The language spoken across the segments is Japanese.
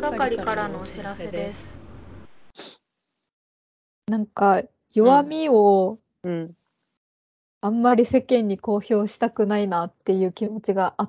係からのお知らせです。 なんか弱みをあんまり世間に公表したくないなっていう気持ちがあって、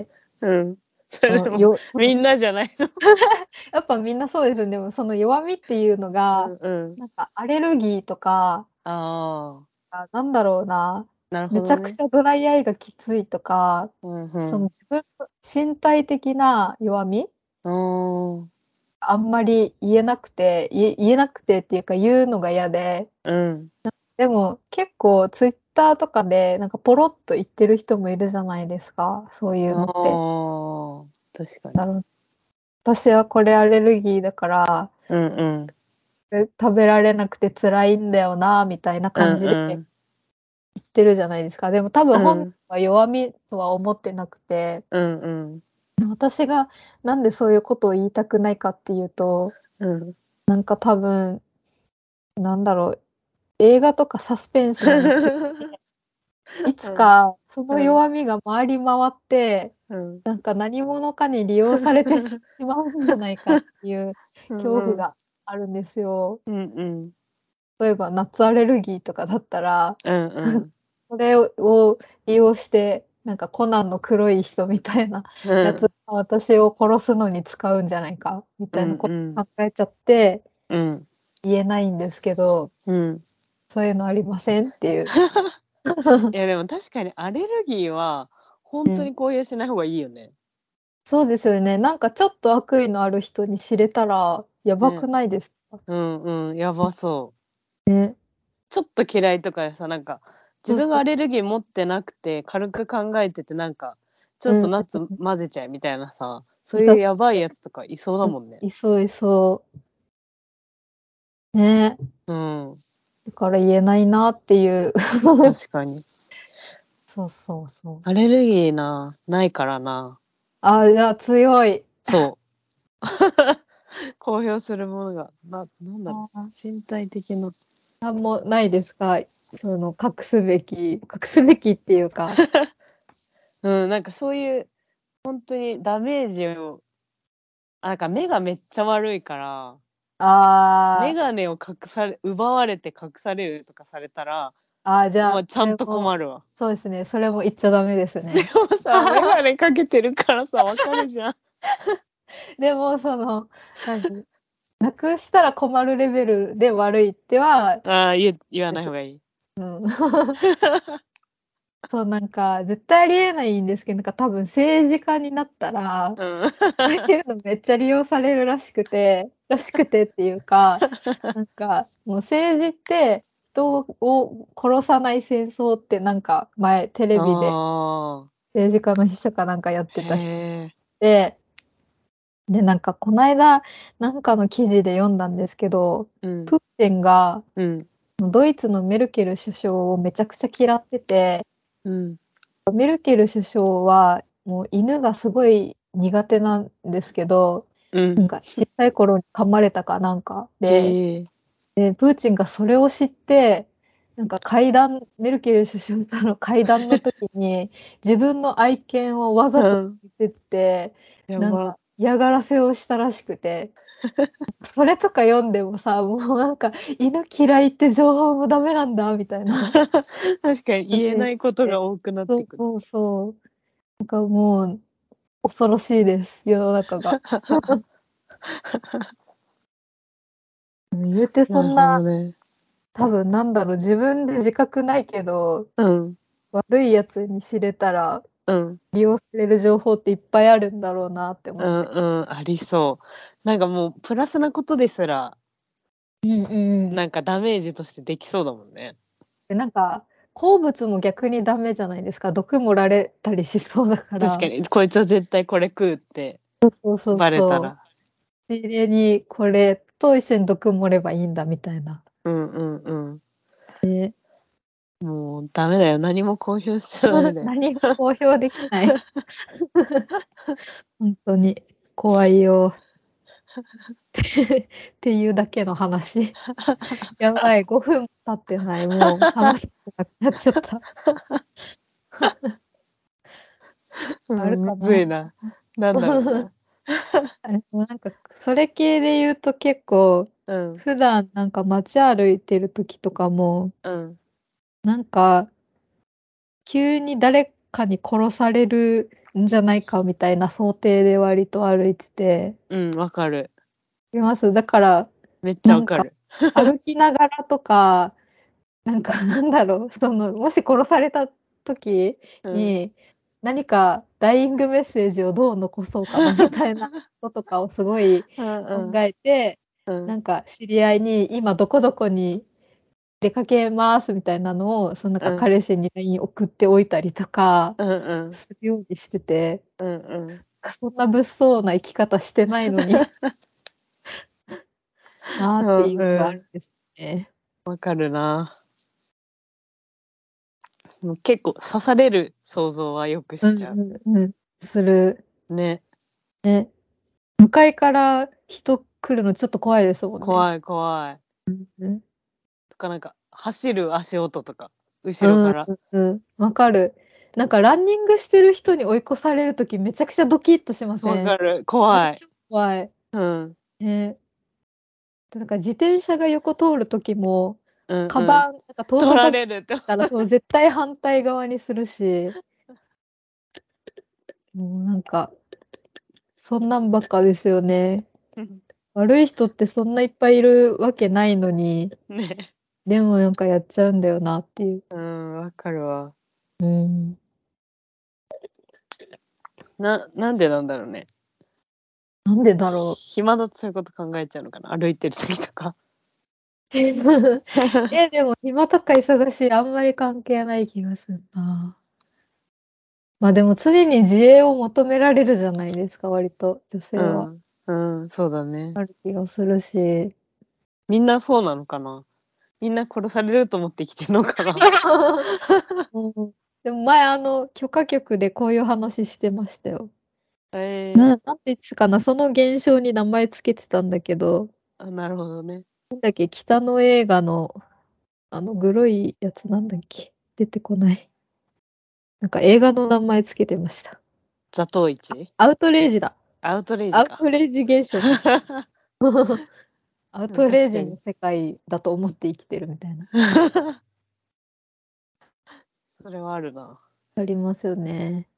それもみんなじゃないの？ やっぱみんなそうです。でもその弱みっていうのが、なんかアレルギーとか、なんだろうな、 なるほめちどね。 ゃくちゃドライアイがきついとか、その自分の身体的な弱みあんまり言えなくてっていうか言うのが嫌で、でも結構ツイッターとかでなんかポロッと言ってる人もいるじゃないですか、そういうのって。 確かに。 私はこれアレルギーだから、食べられなくて辛いんだよなみたいな感じで言ってるじゃないですか。でも多分本人は弱みとは思ってなくて、私がなんでそういうことを言いたくないかっていうと、なんか多分なんだろう、映画とかサスペンスの道いつかその弱みが回り回って、なんか何者かに利用されてしまうんじゃないかっていう恐怖があるんですよ。例えば夏アレルギーとかだったら、それを利用して、なんかコナンの黒い人みたいなやつが私を殺すのに使うんじゃないかみたいなこと考えちゃって、言えないんですけど、そういうのありませんっていう。 いやでも確かにアレルギーは本当に公表しない方がいいよね。 そうですよね。なんかちょっと悪意のある人に知れたらやばくないですか？ やばそう。 ね。 ちょっと嫌いとかでさ、なんか自分がアレルギー持ってなくて軽く考えてて、なんかちょっとナッツ混ぜちゃえみたいなさ、そういうやばいやつとかいそうだもんね。 いそういそう。ね。だから言えないなっていう。 確かに。 そうそうそう。 アレルギーないからな。 じゃあ強い。 そう。公表するものが、なんだろう、身体的な。 なんもないですか？その隠すべきっていうか。 なんかそういう本当にダメージを、なんか目がめっちゃ悪いから、眼鏡を奪われて隠されるとかされたら、 じゃあ、 ちゃんと困るわ。 そうですね、それも言っちゃダメですでね。 もさ、眼鏡かけてるからさ、わかるじゃん。 でもその、なくしたら困るレベルで悪いっては言わない方がいい。 そう、なんか絶対ありえないんですけど、なんか多分政治家になったら、そういうのめっちゃ利用されるらしくてっていうか、なんかもう政治って人を殺さない戦争ってなんか前テレビで政治家の秘書かなんかやってた人で、なんかこの間なんかの記事で読んだんですけど、プーチンがドイツのメルケル首相をめちゃくちゃ嫌ってて、メルケル首相はもう犬がすごい苦手なんですけど、なんか小さい頃に噛まれたかなんかで、プーチンがそれを知って、なんかメルケル首相との会談の時に、自分の愛犬をわざと連れてって、なんか嫌がらせをしたらしくて、それとか読んでもさ、もうなんか犬嫌いって情報もダメなんだみたいな。 確かに言えないことが多くなってくる。 そうそう。なんかもう恐ろしいです、世の中が。言うてそんな、多分なんだろう、自分で自覚ないけど、悪いやつに知れたら、利用される情報っていっぱいあるんだろうなって思って。 ありそう。なんかもうプラスなことですら、なんかダメージとしてできそうだもんね。 で、なんか、好物も逆にダメじゃないですか。毒盛られたりしそうだから。 確かに、こいつは絶対これ食うってそうそうバレたそう。 ら。 仕入れにこれと一緒に毒盛ればいいんだみたいな。 もうダメだよ。何も公表しちゃダメだよ。 何も公表できない。本当に怖いよ。っていうだけの話。やばい、5分経ってない。もう話したくなっちゃった。あるむかな。 ずいな。なんだろうな。 なんか、それ系で言うと結構、普段なんか街歩いてる時とかも、なんか、急に誰かに殺されるんじゃないかみたいな想定で割と歩いてて。 わかる。 います。だから、 めっちゃなんか、 わかる。 歩きながらとか、なんかなんだろう、もし殺された時に、何かダイイングメッセージをどう残そうかなみたいなこととかをすごい考えて、なんか知り合いに今どこどこに出かけますみたいなのを、なんか彼氏に LINE 送っておいたりとかするようにしてて、そんな物騒な生き方してないのになっていうのがあるんですね。 わかるな。結構刺される想像はよくしちゃう。 する。 ね。 ね。向かいから人来るのちょっと怖いですもんね。 怖い怖い。とかなんか走る足音とか、後ろうんから。 わかる。なんかランニングしてる人に追い越される時めちゃくちゃドキッとしません？ わかる。怖い。 超怖い。ね。なんか自転車が横通る時も、カバンなんか盗取撮されられるって。 たら絶対反対側にするし。もうなんか、そんなんばっかですよね。悪い人ってそんないっぱいいるわけないのに、 ね。 でもなんかやっちゃうんだよなっていう。 わかるわ。 うん。 なんでなんだろうね。 なんでだろう。 暇だとそういうこと考えちゃうのかな、歩いてる時とか。 でも暇とか忙しい、あんまり関係ない気がするな。まあでも常に自衛を求められるじゃないですか、割と女性は。 そうだね。 ある気がするし。 みんなそうなのかな。みんな殺されると思って生きてんのかな。 でも前許可局でこういう話してましたよ。なんて言ってたかな、その現象に名前つけてたんだけど、 なるほどね。 なんだっけ、北の映画の、グロいやつなんだっけ、出てこない。なんか映画の名前つけてました。 ザトウイチ？ アウトレイジだ。 アウトレイジか。 アウトレイジ現象か。アウトレイ確かに。 ジの世界だと思って生きてるみたいな。 それはあるな。 ありますよね。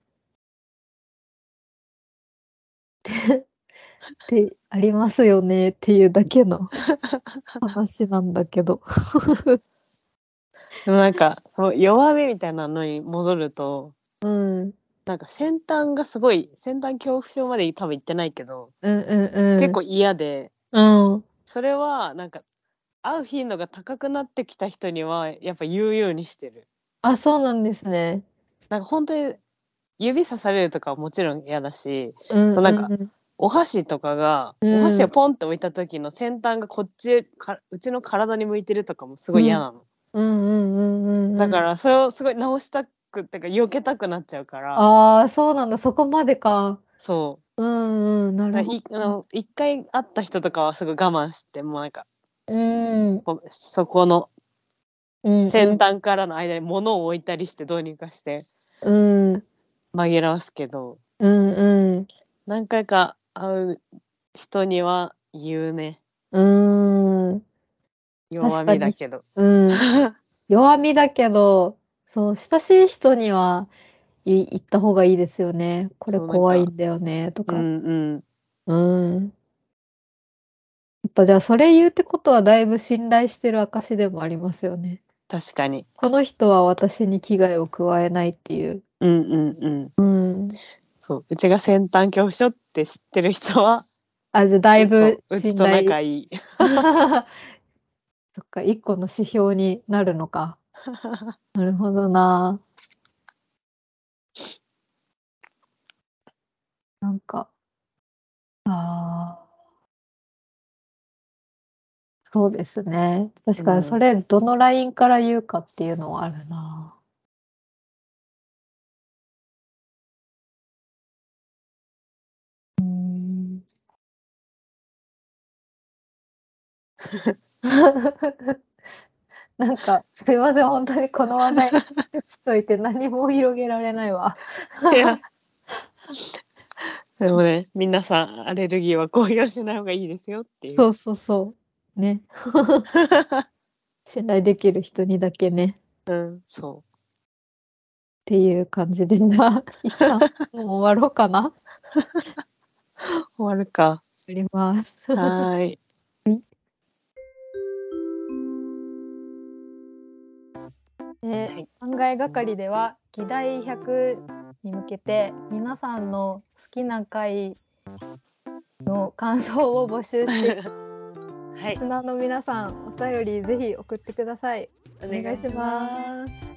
で、ありますよねっていうだけの話なんだけど。 でもなんか、弱みみたいなのに戻ると、 うん。 なんか先端恐怖症まで多分行ってないけど、 うんうんうん。 結構嫌で、 うん。 それはなんか会う頻度が高くなってきた人にはやっぱ言うようにしてる。 あ、そうなんですね。 なんか本当に指さされるとかはもちろん嫌だし、 うんなんかうんお箸とかが、 うん。 お箸をうん。 ポンって置いた時の先端がこっちうちの体に向いてるとかもすごうん。 い嫌なの。 うんうんうんうんうん。 だからそれをすごい直したくってか避けたくなっちゃうから、 ああ、そうなんだ。そこまでか。 そう。 うんうん。なるほど。 一回会った人とかはすごい我慢して、もうなんか、 うん。 そこのうんうん。 先端からの間に物を置いたりしてどうにかしてうん。 紛らわすけど、 うんうん。 何回か会う人には言うね。 うーん。確弱かに、 みだけど。 うん。弱みだけど、そう、親しい人には言った方がいいですよね。これそうなんか、 怖いんだよね、とうか。 んうん、 うん。やっぱじゃあそれ言うってことはだいぶ信頼してる証でもありますよね。 確かに。 この人は私に危害を加えないっていう。 うんうんうん。 うん。 そう、うちが先端恐怖症って知ってる人は、 あ、じゃあだいぶうちと信頼。 仲いい。 そっか、一個の指標になるのか。なるほどな。なんか、ああ。そうですね。確かにそうん。 れ、どのラインから言うかっていうのはあるな。うーん。なんか、すいません、本当にこの話題にしといて何も広げられないわ。 いや、 でもね、皆さんアレルギーは公表しない方がいいですよっていう。 そうそうそう。ね。信頼できる人にだけね。 うん、そう。 っていう感じで、じゃあ、一旦もう終わろうかな。 終わるか。 終わります。 はーい。 考えがかりでは議題100に向けて皆さんの好きな回の感想を募集して、 はい。 リスナーの皆さんお便りぜひ送ってください。 お願いします。